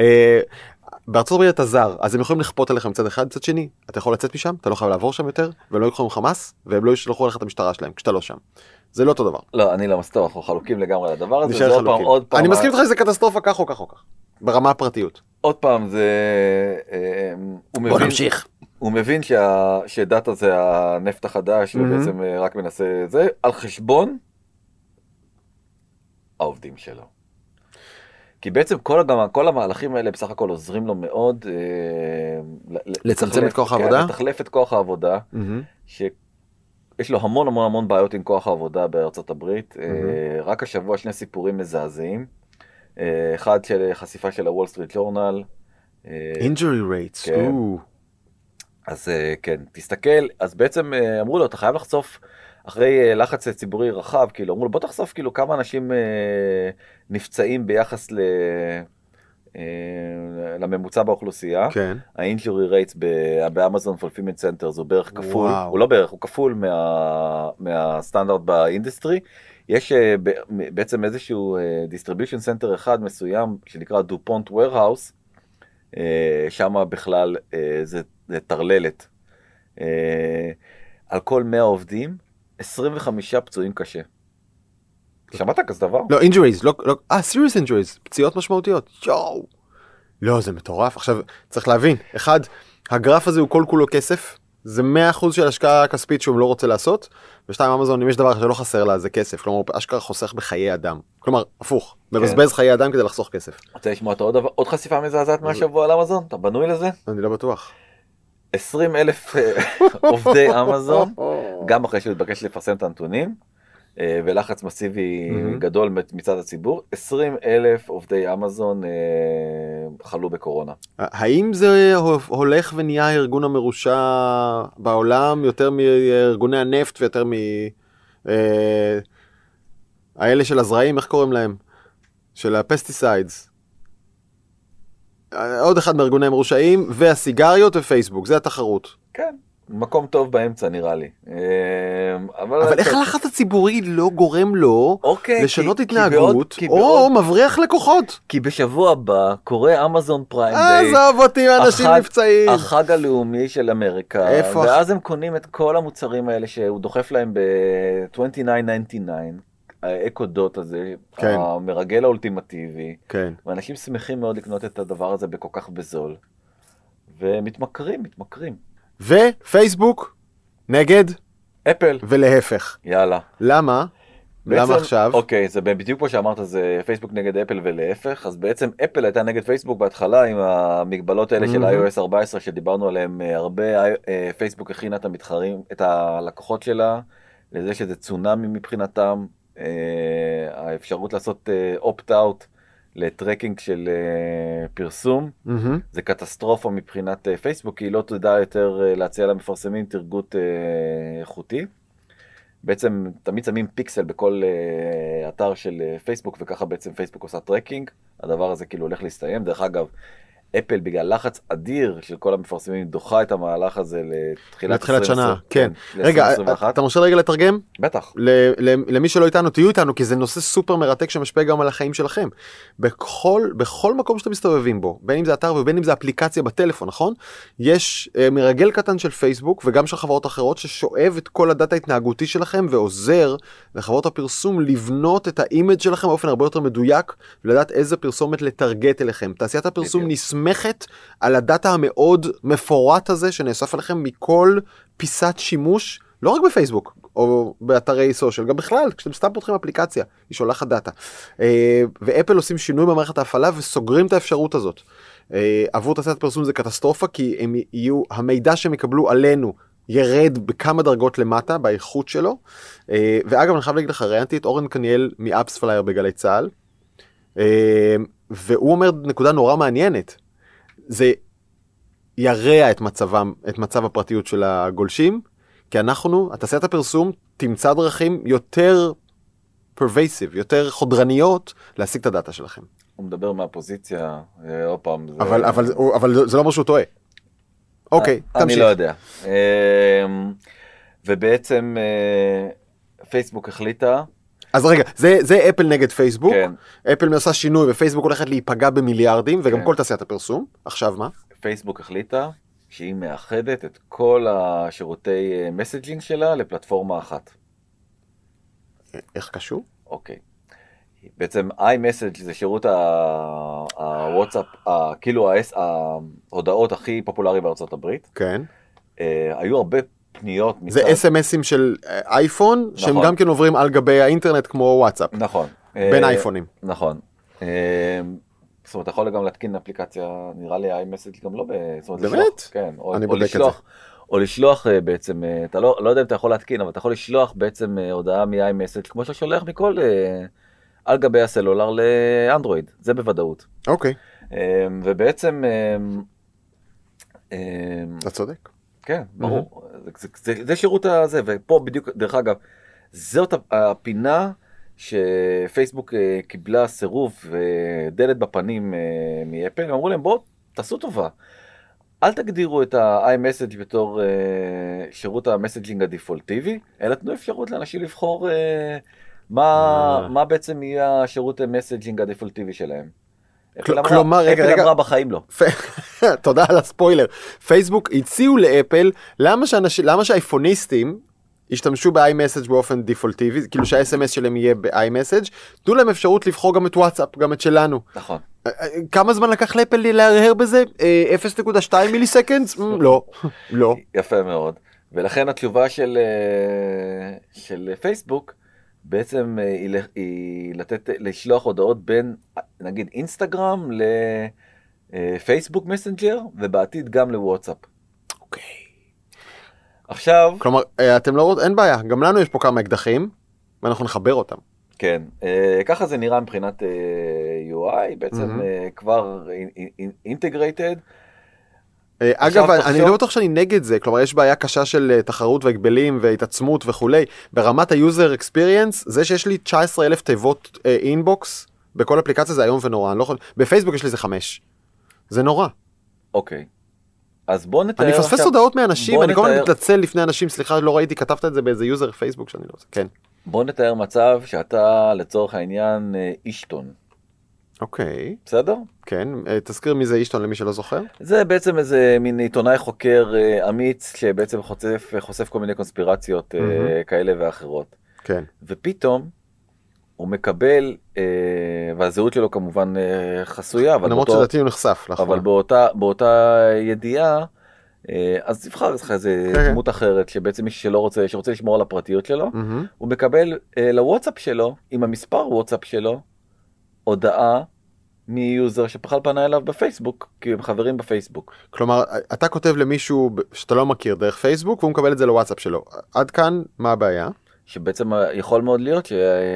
בארצות הברית אתה זר, אז הם יכולים לכפות עליך מצד אחד, מצד שני, אתה יכול לצאת משם, אתה לא חייב לעבור שם יותר, והם לא יקחו ממך מס, והם לא ישלחו עליך את המשטרה שלהם, כשאתה לא שם. זה לא אותו דבר. לא, אני לא מסתור, אנחנו חלוקים לגמרי על הדבר הזה. זה עוד פעם, עוד פעם. אני מסכים איתך שזה קטסטרופה כך או כך או כך. ברמה הפרטיות. עוד פעם, זה... בוא נמשיך. הוא מבין שה, שדאטה זה הנפט החדש, mm-hmm. ובעצם רק מנסה זה, על חשבון העובדים שלו. כי בעצם כל, גם, כל המהלכים האלה בסך הכל עוזרים לו מאוד, אה, לצמצם לתחלף, את כוח כן, העבודה? לתחלף את כוח העבודה, mm-hmm. שיש לו המון המון המון בעיות עם כוח העבודה בארצות הברית. Mm-hmm. אה, רק השבוע שני סיפורים מזעזעים. אה, אחד של חשיפה של הוול סטריט ג'ורנל. אה, injury rates. כן. Ooh. אז כן, תסתכל, אז בעצם אמרו לו, אתה חייב לחשוף אחרי לחץ ציבורי רחב, כאילו, אמרו לו, בוא תחשוף כאילו כמה אנשים נפצעים ביחס ל... לממוצע באוכלוסייה. כן. ה-injury rates באמזון fulfillment centers הוא בערך כפול, וואו. הוא לא בערך, הוא כפול מה, מהסטנדרט באינדסטרי. יש בעצם איזשהו distribution center אחד מסוים, שנקרא דופונט warehouse, שם בכלל זה... זה תרללת. אה, על כל מאה עובדים, עשרים וחמישה פצועים קשה. שמעת כזה דבר? לא, injuries, לא, לא, אה, serious injuries, פציעות משמעותיות. יואו. לא, זה מטורף. עכשיו, צריך להבין, אחד, הגרף הזה הוא כל כולו כסף, זה מאה אחוז של השקעה כספית שהוא לא רוצה לעשות, ושתיים, אמזון, אם יש דבר שלא חסר לה, זה כסף. כלומר, אשכרה חוסך בחיי אדם. כלומר, הפוך, מבזבז חיי אדם כדי לחסוך כסף. רוצה לשמוע עוד, עוד חשיפה מזעזעת מהשבוע על אמזון? אתה בנוי לזה? אני לא בטוח. עשרים אלף עובדי אמזון, גם אחרי שהוא התבקש לפרסם את הנתונים, ולחץ מסיבי גדול מצד הציבור, עשרים אלף עובדי אמזון חלו בקורונה. האם זה הולך ונהיה הארגון המרושע בעולם, יותר מארגוני הנפט ויותר מהאלה של הזרעים, איך קוראים להם? של הפסטיסיידס. עוד אחד מארגוני מרושעים, והסיגריות ופייסבוק, זה התחרות. כן, מקום טוב באמצע נראה לי. אבל, אבל איך הלחץ הציבורי לא גורם לו אוקיי, לשנות כי, התנהגות, כי או בעוד, מבריח לקוחות? כי בשבוע הבא קורה אמזון פריים דיי. עזוב אותי אנשים נפצעים. החג הלאומי של אמריקה. איפה? ואז הם קונים את כל המוצרים האלה שהוא דוחף להם ב-עשרים ותשע תשעים ותשע. האקו דוט הזה, כן. המרגל האולטימטיבי, כן. ואנשים שמחים מאוד לקנות את הדבר הזה בכל כך בזול, ומתמכרים, מתמכרים. ופייסבוק נגד? אפל. ולהפך. יאללה. למה? בעצם, למה עכשיו? אוקיי, זה בדיוק כמו שאמרת, זה פייסבוק נגד אפל ולהפך, אז בעצם אפל הייתה נגד פייסבוק בהתחלה, עם המגבלות האלה של איי או אס ארבע עשרה, שדיברנו עליהם הרבה, פייסבוק הכינה את המתחרים, את הלקוחות שלה, לזה שזה צונאמי מבחינתם, Uh, האפשרות לעשות אופט-אאוט uh, לטרקינג של uh, פרסום, mm-hmm. זה קטסטרופה מבחינת uh, פייסבוק, כי היא לא תדע יותר uh, להציע למפרסמים תרגות uh, איכותי. בעצם תמיד שמים פיקסל בכל uh, אתר של uh, פייסבוק, וככה בעצם פייסבוק עושה טרקינג, הדבר הזה כאילו הולך להסתיים. דרך אגב, אפל בגלל לחץ אדיר של כל המפרסמים דוחה את המהלך הזה לתחילת עשרים עשרים. שנה, כן. רגע, אתה מרשה רגע לתרגם? בטח. למי שלא איתנו, תהיו איתנו, כי זה נושא סופר מרתק שמשפיע גם על החיים שלכם. בכל, בכל מקום שאתם מסתובבים בו, בין אם זה אתר ובין אם זה אפליקציה בטלפון, נכון? יש מרגל קטן של פייסבוק וגם של חברות אחרות ששואב את כל הדאטה ההתנהגותי שלכם ועוזר לחברות הפרסום לבנות את האימג' שלכם באופן הרבה יותר מדויק ולדעת איזה פרסומת לטרגט אליכם. תעשיית הפרסום נסמכת על הדאטה המאוד מפורט הזה שנאסף עליכם מכל פיסת שימוש, לא רק בפייסבוק או באתרי סושיאל, גם בכלל, כשאתם סתם פותחים אפליקציה, היא שולחת דאטה. ואפל עושים שינוי במערכת ההפעלה וסוגרים את האפשרות הזאת. עבור תעשיית הפרסום זה קטסטרופה, כי הם יהיו, המידע שהם יקבלו עלינו ירד בכמה דרגות למטה, באיכות שלו. ואגב, אני חייב להגיד לך, ראיינתי את אורן קניאל מאפס פלייר בגלי צהל, והוא אומר נקודה נורא מעניינת. זה ירע את מצבם, את מצב הפרטיות של הגולשים, כי אנחנו, תעשיית הפרסום, תמצא דרכים יותר pervasive, יותר חודרניות, להשיג את הדאטה שלכם. הוא מדבר מהפוזיציה, עוד פעם. זה... אבל, אבל, אבל זה לא משהו טועה. אוקיי, תמשיך. אני לא יודע. ובעצם פייסבוק החליטה, אז רגע, זה, זה אפל נגד פייסבוק, כן. אפל מנסה שינוי ופייסבוק הולכת להיפגע במיליארדים, וגם כן. כל תעשיית הפרסום. עכשיו מה? פייסבוק החליטה שהיא מאחדת את כל השירותי מסג'ינג שלה לפלטפורמה אחת. איך קשור? אוקיי. בעצם iMessage זה שירות הוואטסאפ, כאילו ההודעות הכי פופולרי בארצות הברית. כן. היו הרבה פניות. זה אס אם אסים של אייפון, שהם גם כן עוברים על גבי האינטרנט כמו וואטסאפ. נכון. בין אייפונים. נכון. זאת אומרת, אתה יכול גם להתקין אפליקציה, נראה לי iMessage גם לא, באמת? כן. אני בודק את זה. או לשלוח בעצם, אתה לא, לא יודע אם אתה יכול להתקין, אבל אתה יכול לשלוח בעצם הודעה מ-iMessage, כמו שאתה שולח מכל, על גבי הסלולר לאנדרואיד, זה בוודאות. אוקיי. ובעצם... אתה צודק. כן, ברור. זה, זה, זה שירות הזה, ופה בדיוק, דרך אגב, זאת הפינה שפייסבוק קיבלה סירוב ודלת בפנים מאפל, אמרו להם, בואו, תעשו טובה. אל תגדירו את ה-iMessage בתור uh, שירות המסג'ינג הדפולטיבי, אלא תנו אפשרות לאנשים לבחור uh, מה, מה בעצם יהיה השירות המסג'ינג הדפולטיבי שלהם. כלומר, רגע, רגע. אפל אמרה בחיים לא. תודה על הספוילר. פייסבוק הציעו לאפל, למה שהאייפוניסטים ישתמשו ב-iMessage באופן דפולטיבי, כאילו שה-אס אם אס שלהם יהיה ב-iMessage, תנו להם אפשרות לבחור גם את וואטסאפ, גם את שלנו. נכון. כמה זמן לקח לאפל להרהר בזה? אפס נקודה שתיים מיליסקנדס? לא, לא. יפה מאוד. ולכן התשובה של, של פייסבוק, בעצם היא לתת, לשלוח הודעות בין, נגיד, אינסטגרם לפייסבוק מסנג'ר, ובעתיד גם לוואטסאפ. אוקיי. עכשיו... כלומר, אתם לא רואים, אין בעיה, גם לנו יש פה כמה אקדחים, ואנחנו נחבר אותם. כן, ככה זה נראה מבחינת יו איי, בעצם כבר אינטגרייטד. אגב, אני לא בטוח שאני נגד זה, כלומר יש בעיה קשה של תחרות והגבלים והתעצמות וכולי, ברמת ה-user experience, זה שיש לי תשע עשרה אלף תיבות אינבוקס, בכל אפליקציה זה היום ונורא, בפייסבוק יש לי זה חמש, זה נורא. אוקיי. אז בוא נתאר... אני מפספס הודעות מאנשים, אני כל הזמן מתנצל לפני אנשים, סליחה, לא ראיתי, כתבת את זה באיזה יוזר פייסבוק שאני לא רוצה, כן. בוא נתאר מצב שאתה לצורך העניין אישטון. אוקיי. בסדר? כן, תזכיר מי זה אישטון למי שלא זוכר. זה בעצם איזה מין עיתונאי חוקר אמיץ, שבעצם חושף, חושף כל מיני קונספירציות כאלה ואחרות. כן. ופתאום הוא מקבל, והזהות שלו כמובן חסויה, אבל למרות שדעתי הוא נחשף. אבל באותה, באותה ידיעה, אז תבחר לך איזה דמות אחרת, שבעצם מישהו שלא רוצה, שרוצה לשמור על הפרטיות שלו, הוא מקבל לוואטסאפ שלו, עם המספר וואטסאפ שלו, הודעה מיוזר שבכלל פנה אליו בפייסבוק, כי הם חברים בפייסבוק. כלומר, אתה כותב למישהו שאתה לא מכיר דרך פייסבוק, והוא מקבל את זה לוואטסאפ שלו. עד כאן, מה הבעיה? שבעצם יכול מאוד להיות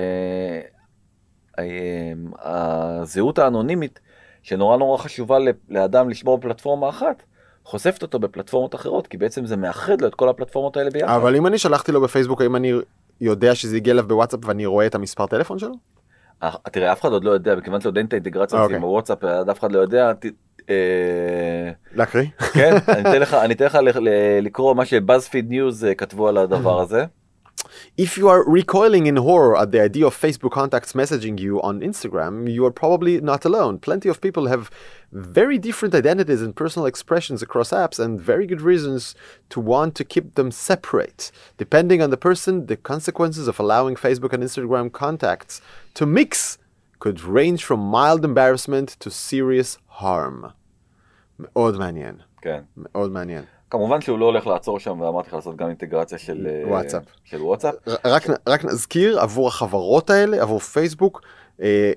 שהזהות האנונימית, שנורא נורא חשובה לאדם לשמור בפלטפורמה אחת, חושפת אותו בפלטפורמות אחרות, כי בעצם זה מאחד לו את כל הפלטפורמות האלה ביחד. אבל אם אני שלחתי לו בפייסבוק, האם אני יודע שזה הגיע אליו בוואטסאפ ואני רואה את המספר טלפון שלו? תראה, אף אחד עוד לא יודע, בכיוון שעוד אין את האינטגרציה עם הוואטסאפ, אף אחד לא יודע. להקריא? כן, אני אתן לך לקרוא מה שבאזפיד ניוז כתבו על הדבר הזה. If you are recoiling in horror at the idea of Facebook contacts messaging you on Instagram, you are probably not alone. Plenty of people have very different identities and personal expressions across apps and very good reasons to want to keep them separate. Depending on the person, the consequences of allowing Facebook and Instagram contacts to mix could range from mild embarrassment to serious harm. מאוד מעניין. כן. מאוד מעניין. כמובן שהוא לא הולך לעצור שם, ואמרתי לך לעשות גם אינטגרציה של וואטסאפ. של וואטסאפ. רק, רק נזכיר, עבור החברות האלה, עבור פייסבוק, אה,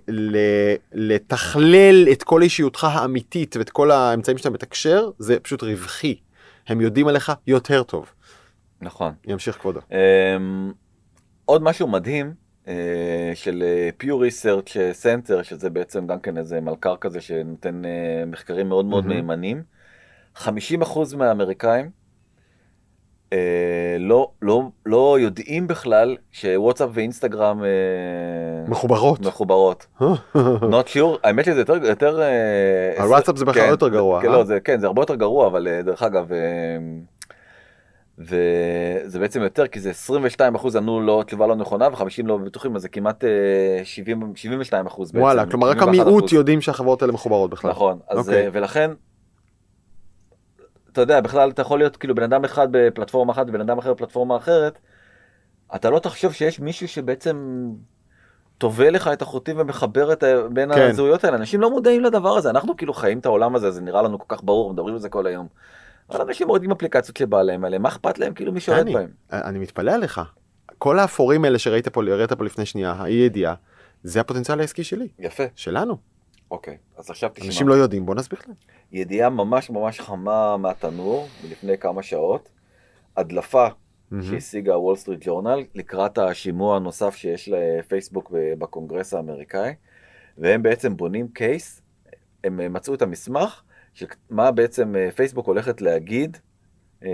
לתכלל את כל אישיותך האמיתית, ואת כל האמצעים שאתה מתקשר, זה פשוט רווחי. הם יודעים עליך יותר טוב. נכון. ימשיך כבודו. אה, עוד משהו מדהים, אה, של Pew Research Center, שזה בעצם גם כן איזה מלכר כזה, שנותן אה, מחקרים מאוד מאוד מהימנים, חמישים אחוז מהאמריקאים אה, לא, לא, לא יודעים בכלל שוואטסאפ ואינסטגרם אה, מחוברות. מחוברות. Not sure. האמת שזה יותר... יותר הוואטסאפ זה בכלל כן, יותר גרוע. כן, לא, זה, כן, זה הרבה יותר גרוע, אבל דרך אגב, אה, וזה בעצם יותר, כי זה עשרים ושתיים אחוז ענו לא, תשובה לא נכונה, ו-חמישים לא בטוחים, אז זה כמעט אה, שבעים, שבעים ושתיים אחוז בעצם. וואלה, כלומר רק המיעוט יודעים שהחברות האלה מחוברות בכלל. נכון, אז, okay. ולכן, אתה יודע, בכלל אתה יכול להיות כאילו בן אדם אחד בפלטפורמה אחת ובן אדם אחר בפלטפורמה אחרת, אתה לא תחשוב שיש מישהו שבעצם טובל לך את החוטים ומחבר את בין כן. הזהויות האלה. אנשים לא מודעים לדבר הזה, אנחנו כאילו חיים את העולם הזה, זה נראה לנו כל כך ברור, מדברים על זה כל היום. אנשים מורידים אפליקציות שבא להם עליהם, מה אכפת להם? כאילו מי שולט בהם. אני מתפלא עליך. כל האפורים האלה שראית פה, ראית פה לפני שנייה, האי ידיעה, זה הפוטנציאל העסקי שלי. יפה. שלנו. אוקיי, אז עכשיו תשמע. אנשים לא יודעים, בוא נסביר להם. ידיעה ממש ממש חמה מהתנור, מלפני כמה שעות, הדלפה שהשיגה וול סטריט ג'ורנל, לקראת השימוע הנוסף שיש לפייסבוק בקונגרס האמריקאי, והם בעצם בונים קייס, הם מצאו את המסמך, של מה בעצם פייסבוק הולכת להגיד אה,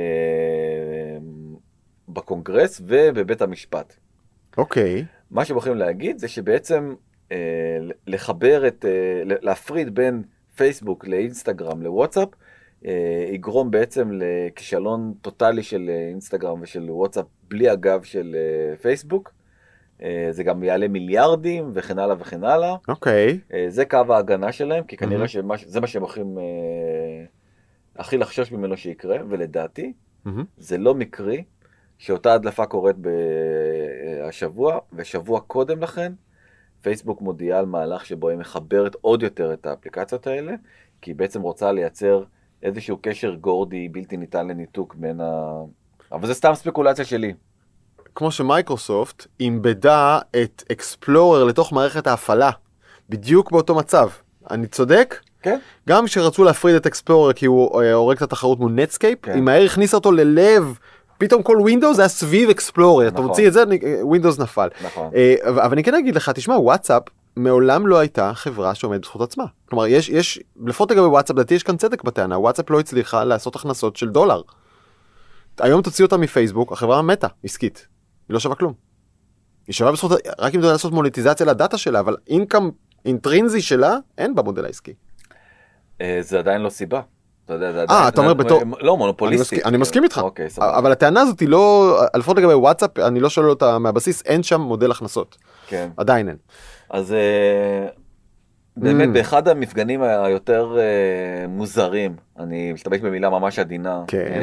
בקונגרס ובבית המשפט. אוקיי. מה שבוחרים להגיד זה שבעצם אה, לחבר את, אה, להפריד בין פייסבוק לאינסטגרם לוואטסאפ, אה, יגרום בעצם לכישלון טוטלי של אינסטגרם ושל וואטסאפ בלי הגב של אה, פייסבוק. אה, זה גם יעלה מיליארדים וכן הלאה וכן הלאה. אוקיי. אה, זה קו ההגנה שלהם, כי כנראה שזה מה שהם הולכים אה, הכי לחשוש ממנו שיקרה, ולדעתי זה לא מקרי שאותה הדלפה קורית בשבוע, ושבוע קודם לכן, פייסבוק מודיעה על מהלך שבו היא מחברת עוד יותר את האפליקציות האלה, כי היא בעצם רוצה לייצר איזשהו קשר גורדי בלתי ניתן לניתוק בין ה... אבל זה סתם ספקולציה שלי. כמו שמייקרוסופט אימבדה את אקספלורר לתוך מערכת ההפעלה, בדיוק באותו מצב. אני צודק? כן. גם כשרצו להפריד את אקספלורר כי הוא הורג את התחרות מול נטסקייפ, כן. היא מהר הכניסה אותו ללב, פתאום כל ווינדוס היה סביב אקספלורר, אתה נכון. מוציא את זה, ווינדוס נפל. נכון. אבל אני כן אגיד לך, תשמע, וואטסאפ מעולם לא הייתה חברה שעומדת בזכות עצמה. כלומר, יש, יש, לפחות לגבי וואטסאפ, לדעתי יש כאן צדק בטענה, וואטסאפ לא הצליחה לעשות הכנסות של דולר. היום תוציא אותה מפייסבוק, החברה מתה, עסקית. היא לא שווה כלום. היא שווה בזכות, רק אם אתה לעשות מוניטיזציה לדאטה שלה, אבל אינקאם אינטרינזי שלה, אין במודל העסקי. זה עדיין לא סיבה. אה, אתה אומר בתור... לא, מונופוליסטי. אני מסכים איתך. אוקיי, סבבה. אבל הטענה הזאת היא לא, לפחות לגבי וואטסאפ, אני לא שואל אותה מהבסיס, אין שם מודל הכנסות. כן. עדיין אין. אז באמת, באחד המפגנים היותר מוזרים, אני משתמש במילה ממש עדינה,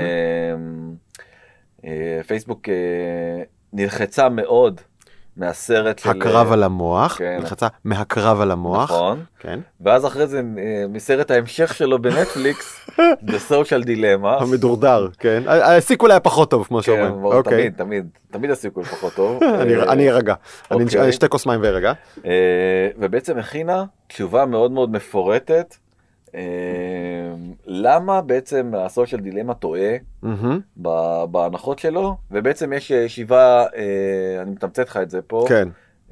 פייסבוק נלחצה מאוד מהסרט של... הקרב על המוח, כן. נלחצה מהקרב על המוח. נכון. כן. ואז אחרי זה, מסרט ההמשך שלו בנטפליקס, The Social Dilemma. המדורדר, כן. הסיכול היה פחות טוב, כמו שאומרים. כן, תמיד, תמיד, תמיד הסיכול פחות טוב. אני ארגע. אני אשתה כוס מים וארגע. ובעצם הכינה תשובה מאוד מאוד מפורטת, למה בעצם הסושיאל דילמה טועה בהנחות שלו, ובעצם יש שבעה, אני מתמצת לך את זה פה. כן.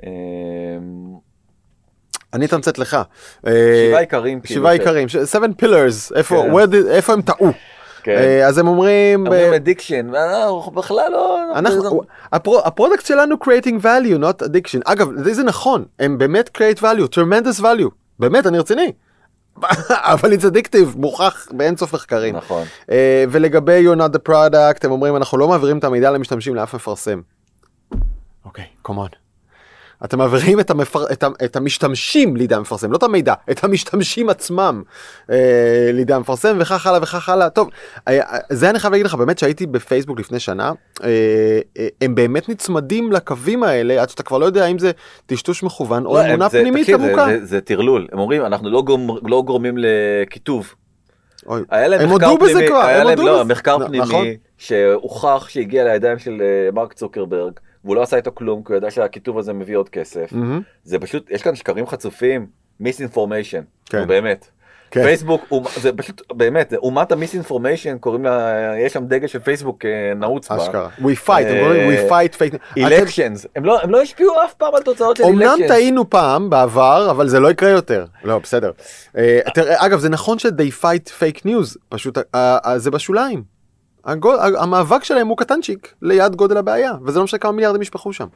אני אתמצת לך. שבעה עיקרים. שבעה עיקרים, seven pillars, איפה הם טעו. אז הם אומרים... אומרים addiction, בכלל לא... הפרודקט שלנו creating value, not addiction. אגב, זה נכון, הם באמת create value, tremendous value. באמת, אני רציני. אבל it's addictive, מוכח באין סוף מחקרים. נכון. ולגבי you're not the product, הם אומרים, אנחנו לא מעבירים את המידע למשתמשים לאף מפרסם. אוקיי, come on. אתם מעבירים את, המפר... את, ה... את המשתמשים לידי המפרסם, לא את המידע, את המשתמשים עצמם אה, לידי המפרסם, וכך הלאה וכך הלאה. טוב, אה, זה אני חייב להגיד לך, באמת שהייתי בפייסבוק לפני שנה, אה, אה, הם באמת נצמדים לקווים האלה, עד שאתה כבר לא יודע האם זה טשטוש מכוון, או אמונה זה, פנימית תקשיב, עמוקה. זה, זה, זה תרלול, הם אומרים, אנחנו לא, גומר, לא גורמים לכיתוב. אוי, הם הודו בזה כבר, הם הודו בזה. לא, מחקר פנימי, נכון? שהוכח שהגיע לידיים של מרק צוקרברג, והוא לא עשה איתו כלום, כי הוא ידע שהכיתוב הזה מביא עוד כסף. Mm-hmm. זה פשוט, יש כאן שקרים חצופים, מיס-אינפורמיישן, כן. באמת. כן. פייסבוק, זה פשוט, באמת, זה אומת המיס-אינפורמיישן, קוראים לה, יש שם דגל של פייסבוק נעוץ בה. אשכרה. We fight, הם אומרים, we fight fake... Elections, הם לא, הם לא השפיעו אף פעם על תוצאות של elections. אמנם טעינו פעם, בעבר, אבל זה לא יקרה יותר. לא, בסדר. אגב, זה נכון ש-they fight fake news, פשוט, זה בשוליים. הגול, המאבק שלהם הוא קטנצ'יק ליד גודל הבעיה, וזה לא משנה כמה מיליארדים ישפחו שם.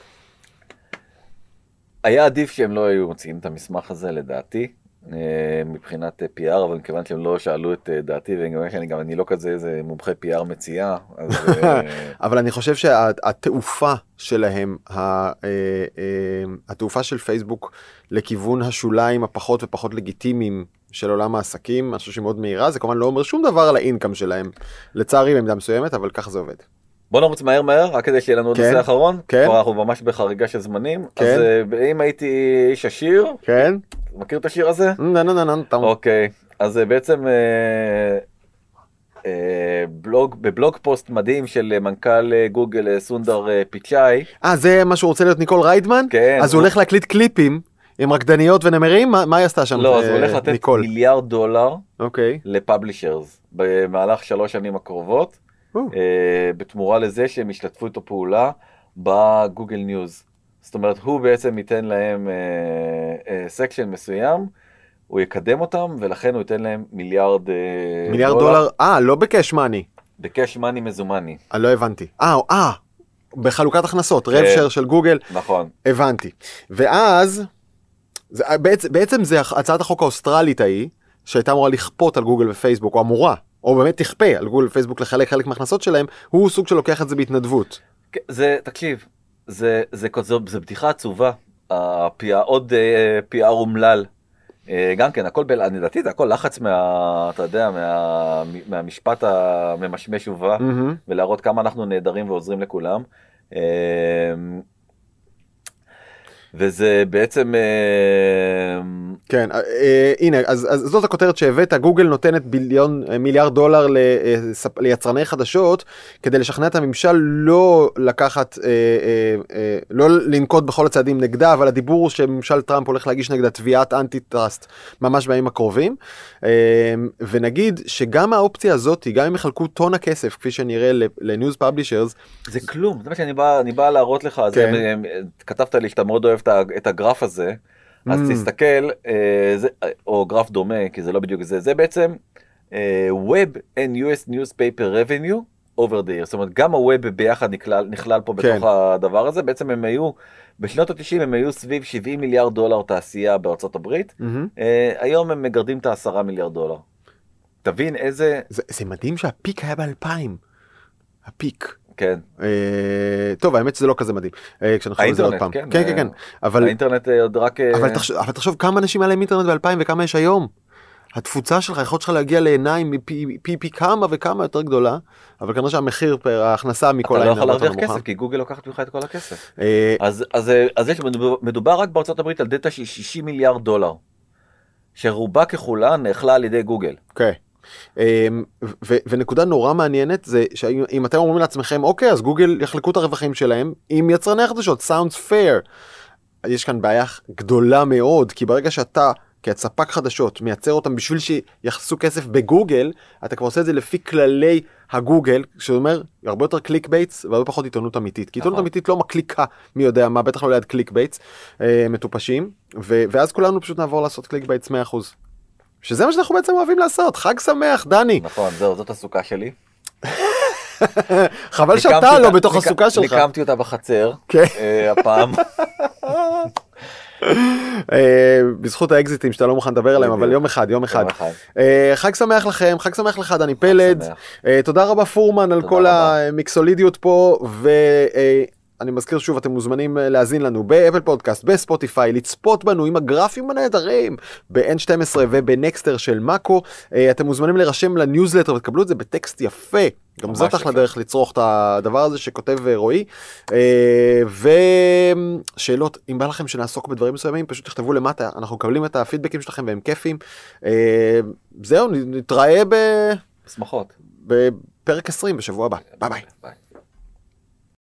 היה עדיף שהם לא היו מוציאים את המסמך הזה לדעתי, מבחינת פי אר, אבל מכיוון שהם לא שאלו את דעתי, וגם אני לא כזה איזה מומחה פי אר מציאה. אבל אני חושב שהתעופה שלהם, התעופה של פייסבוק לכיוון השוליים הפחות ופחות לגיטימיים של עולם העסקים, משהו שמאוד מהירה, זה כמובן לא אומר שום דבר על האינקאם שלהם. לצערי בעמדה מסוימת, אבל ככה זה עובד. בוא נרוץ מהר מהר, רק כדי שיהיה לנו עוד נושא אחרון. כן. כבר אנחנו ממש בחריגה של זמנים. כן. אז אם הייתי איש עשיר, כן. מכיר את השיר הזה? נו, נו, נו, נו. אוקיי, אז בעצם בבלוג, בבלוג פוסט מדהים של מנכ"ל גוגל סונדר פיצ'אי. אה, זה מה שהוא רוצה להיות ניקול ריידמן? כן. אז הוא הולך להקליט קליפים עם רקדניות ונמרים? מה, מה היא עשתה שם? לא, אז הוא הולך לתת ניקול. מיליארד דולר אוקיי. לפאבלישרס במהלך שלוש שנים הקרובות, בתמורה לזה שהם ישתתפו איתו פעולה בגוגל ניוז. זאת אומרת, הוא בעצם ייתן להם סקשן מסוים, הוא יקדם אותם, ולכן הוא ייתן להם מיליארד דולר. מיליארד דולר? אה, לא בקש מאני. בקש מאני מזומני. אה, לא הבנתי. אה, אה, בחלוקת הכנסות, רב שר של גוגל. נכון. הבנתי. ואז, זה, בעצם, בעצם זה הצעת החוק האוסטרלית ההיא, שהייתה אמורה לכפות על גוגל ופייסבוק, או אמורה, או באמת תכפה על גוגל ופייסבוק לחלק חלק מהכנסות שלהם, הוא סוג שלוקח את זה בהתנדבות. זה, תקשיב, זה, זה, זה, זה בדיחה עצובה, הפי, עוד פי אר אומלל. גם כן, הכל, אני דעתי, זה הכל לחץ מה, אתה יודע, מה, מהמשפט הממשמש ובא, mm-hmm. ולהראות כמה אנחנו נהדרים ועוזרים לכולם. וזה בעצם... כן, הנה, אז זאת הכותרת שהבאת, גוגל נותנת ביליון, מיליארד דולר ליצרני חדשות, כדי לשכנע את הממשל לא לקחת, לא לנקוט בכל הצעדים נגדה, אבל הדיבור הוא שממשל טראמפ הולך להגיש נגדה תביעת אנטי-טראסט, ממש בימים הקרובים, ונגיד שגם האופציה הזאת, גם אם יחלקו טון הכסף, כפי שנראה לניוז פאבלישרס, זה כלום, זה מה שאני בא, אני בא להראות לך, זה, כתבת לי שאתה מאוד אוהב את הגרף הזה, אז mm. תסתכל, זה, או גרף דומה, כי זה לא בדיוק זה, זה בעצם uh, Web and U S Newspaper Revenue over the year, זאת אומרת, גם ה-Web ביחד נכלל, נכלל פה כן. בתוך הדבר הזה, בעצם הם היו, בשנות ה-תשעים הם היו סביב שבעים מיליארד דולר תעשייה בארצות הברית, mm-hmm. uh, היום הם מגרדים את ה-עשרה מיליארד דולר. תבין איזה... זה, זה מדהים שהפיק היה ב-אלפיים, הפיק. כן. טוב, האמת שזה לא כזה מדהים. האינטרנט, כן. כן, כן, כן. האינטרנט עוד רק... אבל תחשוב כמה אנשים היה להם אינטרנט ב-אלפיים וכמה יש היום. התפוצה שלך, יכולת שלך להגיע לעיניים פי פי כמה וכמה יותר גדולה, אבל כנראה שהמחיר, ההכנסה מכל העיניים... אתה לא יכול להרוויח כסף, כי גוגל לוקחת ממך את כל הכסף. אז יש, מדובר רק בארצות הברית על דאטה של שישים מיליארד דולר, שרובה ככולה נאכלה על ידי גוגל. כן. ונקודה נורא מעניינת זה שאם אתם אומרים לעצמכם אוקיי אז גוגל יחלקו את הרווחים שלהם עם יצרני החדשות, sounds fair, יש כאן בעיה גדולה מאוד, כי ברגע שאתה כספק חדשות מייצר אותם בשביל שיחסו כסף בגוגל, אתה כבר עושה את זה לפי כללי הגוגל, שאומר הרבה יותר קליק בייטס והרבה פחות עיתונות אמיתית, כי עיתונות אמיתית לא מקליקה מי יודע מה, בטח לא ליד קליק בייטס מטופשים, ואז כולנו פשוט נעבור לעשות קליק בייטס מאה אחוז. שזה מה שאנחנו בעצם אוהבים לעשות. חג שמח, דני. נכון, זהו, זאת הסוכה שלי. חבל שאתה לא בתוך הסוכה שלך. ניקמתי אותה בחצר, הפעם. בזכות האקזיטים שאתה לא מוכן לדבר עליהם, אבל יום אחד, יום אחד. חג שמח לכם, חג שמח לך, דני פלד. תודה רבה פורמן על כל המיקסולידיות פה, ו... אני מזכיר שוב, אתם מוזמנים להזין לנו באפל פודקאסט, בספוטיפיי, לצפות בנו עם הגרפים הנהדרים, ב-אן שתים עשרה ובנקסטר של מאקו. אתם מוזמנים להירשם לניוזלטר ותקבלו את זה בטקסט יפה. גם זאת אחלה דרך לצרוך את הדבר הזה שכותב רועי. ושאלות, אם בא לכם שנעסוק בדברים מסוימים, פשוט תכתבו למטה, אנחנו מקבלים את הפידבקים שלכם והם כיפים. זהו, נתראה ב... בשמחות. בפרק עשרים בשבוע הבא. ביי ביי.